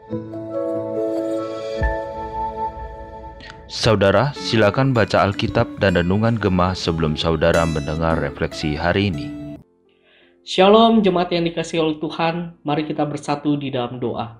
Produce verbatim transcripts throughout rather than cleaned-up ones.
Saudara, silakan baca Alkitab dan Renungan Gemah sebelum saudara mendengar refleksi hari ini. Shalom jemaat yang dikasihi oleh Tuhan, mari kita bersatu di dalam doa.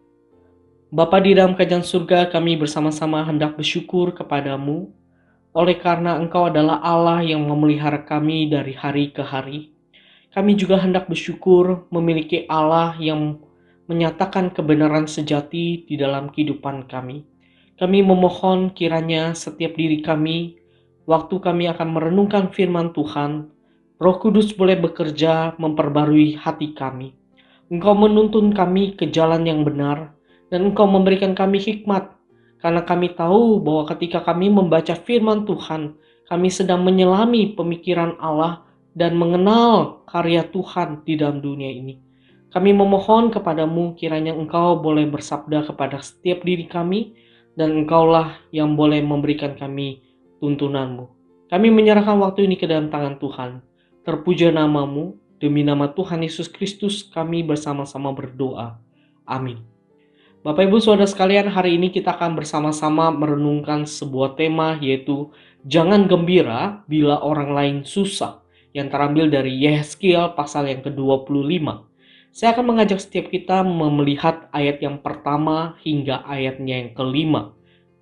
Bapa di dalam kerajaan surga, kami bersama-sama hendak bersyukur kepadamu, oleh karena Engkau adalah Allah yang memelihara kami dari hari ke hari. Kami juga hendak bersyukur memiliki Allah yang menyatakan kebenaran sejati di dalam kehidupan kami. Kami memohon kiranya setiap diri kami, waktu kami akan merenungkan firman Tuhan, Roh Kudus boleh bekerja memperbarui hati kami. Engkau menuntun kami ke jalan yang benar, dan Engkau memberikan kami hikmat, karena kami tahu bahwa ketika kami membaca firman Tuhan, kami sedang menyelami pemikiran Allah dan mengenal karya Tuhan di dalam dunia ini. Kami memohon kepadamu kiranya Engkau boleh bersabda kepada setiap diri kami, dan Engkaulah yang boleh memberikan kami tuntunanmu. Kami menyerahkan waktu ini ke dalam tangan Tuhan. Terpuja namamu, demi nama Tuhan Yesus Kristus kami bersama-sama berdoa. Amin. Bapak Ibu Saudara sekalian, hari ini kita akan bersama-sama merenungkan sebuah tema, yaitu jangan gembira bila orang lain susah, yang terambil dari Yehezkiel pasal yang ke dua puluh lima. Saya akan mengajak setiap kita melihat ayat yang pertama hingga ayatnya yang kelima.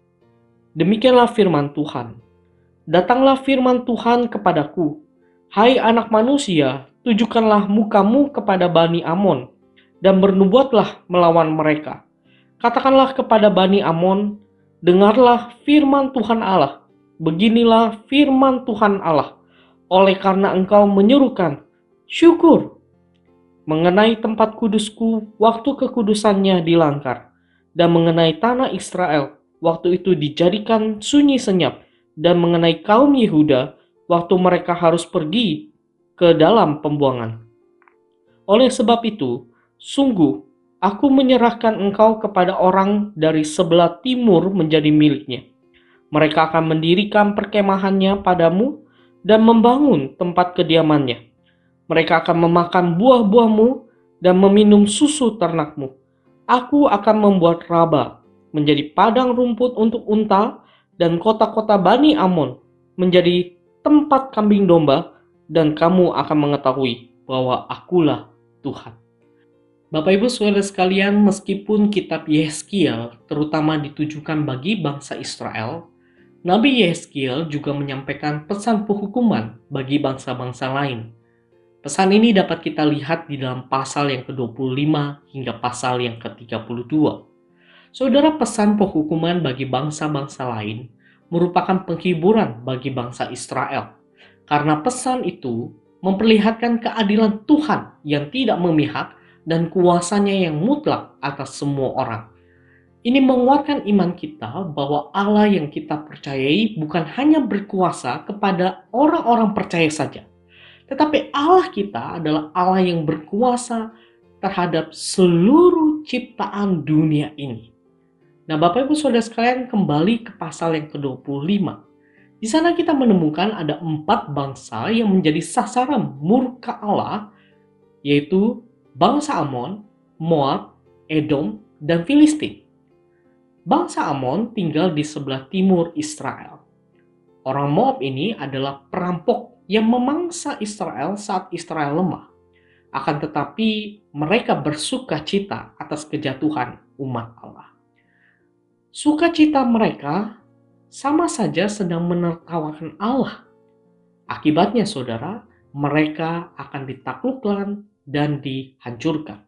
Demikianlah firman Tuhan. Datanglah firman Tuhan kepadaku, hai anak manusia, tujukanlah mukamu kepada Bani Amon, dan bernubuatlah melawan mereka. Katakanlah kepada Bani Amon, dengarlah firman Tuhan Allah. Beginilah firman Tuhan Allah, oleh karena engkau menyerukan, syukur, mengenai tempat kudusku waktu kekudusannya dilanggar, dan mengenai tanah Israel waktu itu dijadikan sunyi senyap, dan mengenai kaum Yehuda waktu mereka harus pergi ke dalam pembuangan. Oleh sebab itu, sungguh aku menyerahkan engkau kepada orang dari sebelah timur menjadi miliknya. Mereka akan mendirikan perkemahannya padamu dan membangun tempat kediamannya. Mereka akan memakan buah-buahmu dan meminum susu ternakmu. Aku akan membuat Raba menjadi padang rumput untuk unta, dan kota-kota Bani Amon menjadi tempat kambing domba, dan kamu akan mengetahui bahwa akulah Tuhan. Bapak Ibu Saudara sekalian, meskipun kitab Yehezkiel terutama ditujukan bagi bangsa Israel, Nabi Yehezkiel juga menyampaikan pesan penghukuman bagi bangsa-bangsa lain. Pesan ini dapat kita lihat di dalam pasal yang ke dua puluh lima hingga pasal yang ke tiga puluh dua. Saudara, pesan penghukuman bagi bangsa-bangsa lain merupakan penghiburan bagi bangsa Israel, karena pesan itu memperlihatkan keadilan Tuhan yang tidak memihak dan kuasanya yang mutlak atas semua orang. Ini menguatkan iman kita bahwa Allah yang kita percayai bukan hanya berkuasa kepada orang-orang percaya saja, tetapi Allah kita adalah Allah yang berkuasa terhadap seluruh ciptaan dunia ini. Nah, Bapak Ibu Saudara sekalian, kembali ke pasal yang ke dua puluh lima. Di sana kita menemukan ada empat bangsa yang menjadi sasaran murka Allah, yaitu bangsa Amon, Moab, Edom, dan Filistin. Bangsa Amon tinggal di sebelah timur Israel. Orang Moab ini adalah perampok yang memangsa Israel saat Israel lemah. Akan tetapi mereka bersuka cita atas kejatuhan umat Allah. Sukacita mereka sama saja sedang menertawakan Allah. Akibatnya saudara, mereka akan ditaklukkan dan dihancurkan.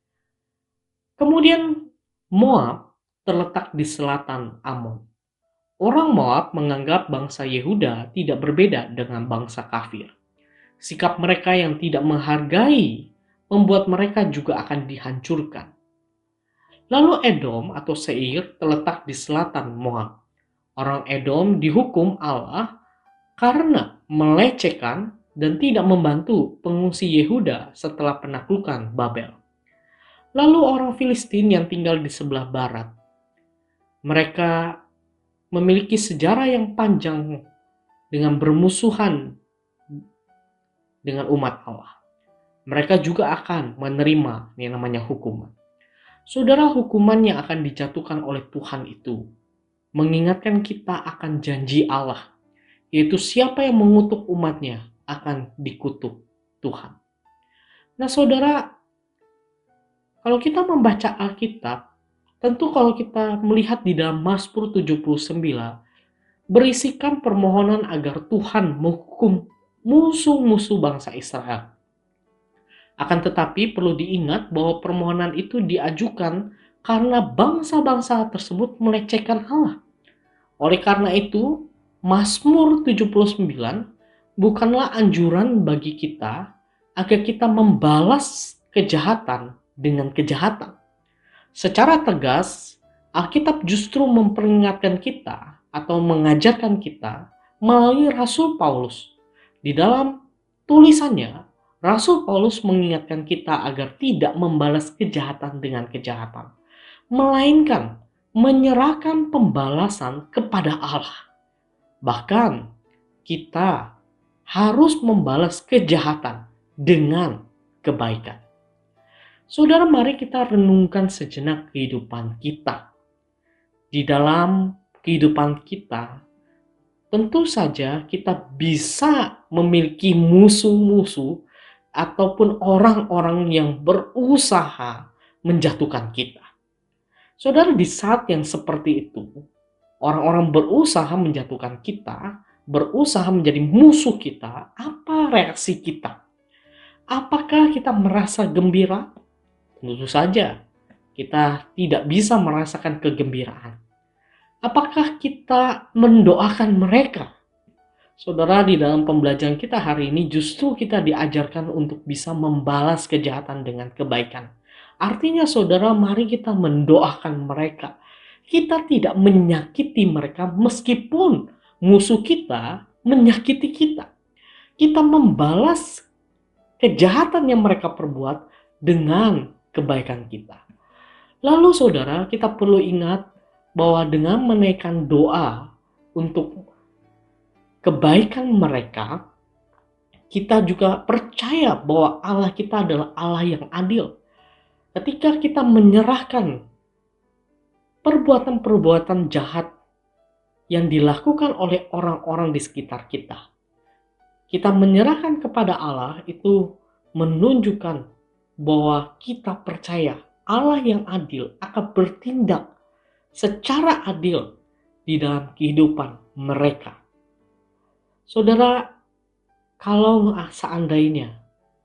Kemudian Moab terletak di selatan Amon. Orang Moab menganggap bangsa Yehuda tidak berbeda dengan bangsa kafir. Sikap mereka yang tidak menghargai membuat mereka juga akan dihancurkan. Lalu Edom atau Seir terletak di selatan Moab. Orang Edom dihukum Allah karena melecehkan dan tidak membantu pengungsi Yehuda setelah penaklukan Babel. Lalu orang Filistin yang tinggal di sebelah barat. Mereka memiliki sejarah yang panjang dengan bermusuhan dengan umat Allah. Mereka juga akan menerima yang namanya hukuman. Saudara, hukuman yang akan dijatuhkan oleh Tuhan itu mengingatkan kita akan janji Allah, yaitu siapa yang mengutuk umatnya akan dikutuk Tuhan. Nah saudara, kalau kita membaca Alkitab, tentu kalau kita melihat di dalam Mazmur tujuh puluh sembilan, berisikan permohonan agar Tuhan menghukum musuh-musuh bangsa Israel. Akan tetapi perlu diingat bahwa permohonan itu diajukan karena bangsa-bangsa tersebut melecehkan Allah. Oleh karena itu, Mazmur tujuh puluh sembilan bukanlah anjuran bagi kita agar kita membalas kejahatan dengan kejahatan. Secara tegas, Alkitab justru memperingatkan kita atau mengajarkan kita melalui Rasul Paulus. Di dalam tulisannya, Rasul Paulus mengingatkan kita agar tidak membalas kejahatan dengan kejahatan, melainkan menyerahkan pembalasan kepada Allah. Bahkan kita harus membalas kejahatan dengan kebaikan. Saudara, mari kita renungkan sejenak kehidupan kita. Di dalam kehidupan kita, tentu saja kita bisa memiliki musuh-musuh ataupun orang-orang yang berusaha menjatuhkan kita. Saudara, di saat yang seperti itu, orang-orang berusaha menjatuhkan kita, berusaha menjadi musuh kita, apa reaksi kita? Apakah kita merasa gembira? Tentu saja, kita tidak bisa merasakan kegembiraan. Apakah kita mendoakan mereka? Saudara, di dalam pembelajaran kita hari ini justru kita diajarkan untuk bisa membalas kejahatan dengan kebaikan. Artinya saudara, mari kita mendoakan mereka. Kita tidak menyakiti mereka meskipun musuh kita menyakiti kita. Kita membalas kejahatan yang mereka perbuat dengan kebaikan kita. Lalu saudara, kita perlu ingat bahwa dengan menaikkan doa untuk kebaikan mereka, kita juga percaya bahwa Allah kita adalah Allah yang adil. Ketika kita menyerahkan perbuatan-perbuatan jahat yang dilakukan oleh orang-orang di sekitar kita, kita menyerahkan kepada Allah, itu menunjukkan bahwa kita percaya Allah yang adil akan bertindak secara adil di dalam kehidupan mereka. Saudara, kalau seandainya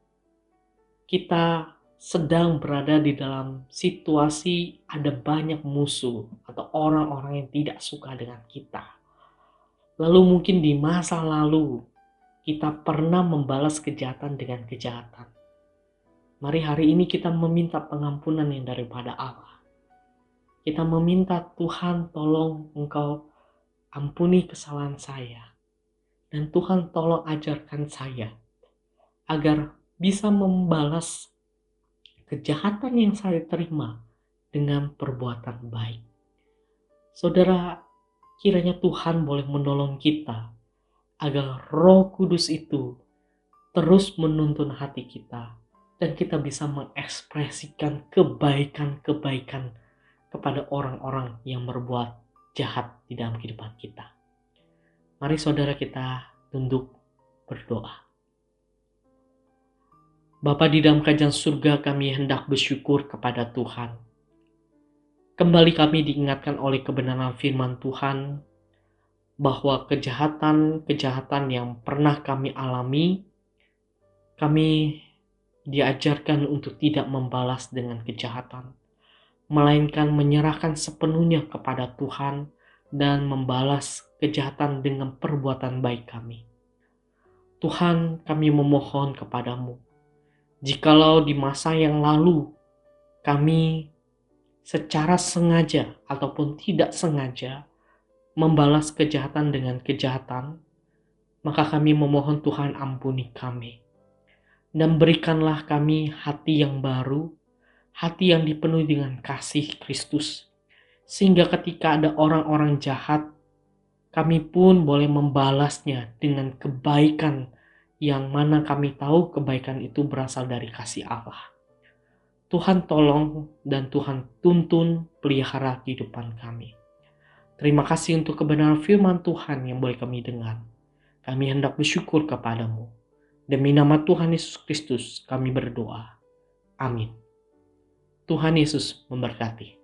kita sedang berada di dalam situasi ada banyak musuh atau orang-orang yang tidak suka dengan kita, lalu mungkin di masa lalu kita pernah membalas kejahatan dengan kejahatan, mari hari ini kita meminta pengampunan yang daripada Allah. Kita meminta, Tuhan tolong Engkau ampuni kesalahan saya. Dan Tuhan tolong ajarkan saya agar bisa membalas kejahatan yang saya terima dengan perbuatan baik. Saudara, kiranya Tuhan boleh menolong kita agar Roh Kudus itu terus menuntun hati kita dan kita bisa mengekspresikan kebaikan-kebaikan kepada orang-orang yang berbuat jahat di dalam kehidupan kita. Mari saudara kita tunduk berdoa. Bapa di dalam kerajaan surga, kami hendak bersyukur kepada Tuhan. Kembali kami diingatkan oleh kebenaran firman Tuhan bahwa kejahatan-kejahatan yang pernah kami alami, kami diajarkan untuk tidak membalas dengan kejahatan, melainkan menyerahkan sepenuhnya kepada Tuhan dan membalas kejahatan dengan perbuatan baik kami. Tuhan, kami memohon kepadamu, jikalau di masa yang lalu kami secara sengaja ataupun tidak sengaja membalas kejahatan dengan kejahatan, maka kami memohon Tuhan ampuni kami. Dan berikanlah kami hati yang baru, hati yang dipenuhi dengan kasih Kristus, sehingga ketika ada orang-orang jahat, kami pun boleh membalasnya dengan kebaikan yang mana kami tahu kebaikan itu berasal dari kasih Allah. Tuhan tolong dan Tuhan tuntun pelihara kehidupan kami. Terima kasih untuk kebenaran firman Tuhan yang boleh kami dengar. Kami hendak bersyukur kepadamu. Demi nama Tuhan Yesus Kristus kami berdoa. Amin. Tuhan Yesus memberkati.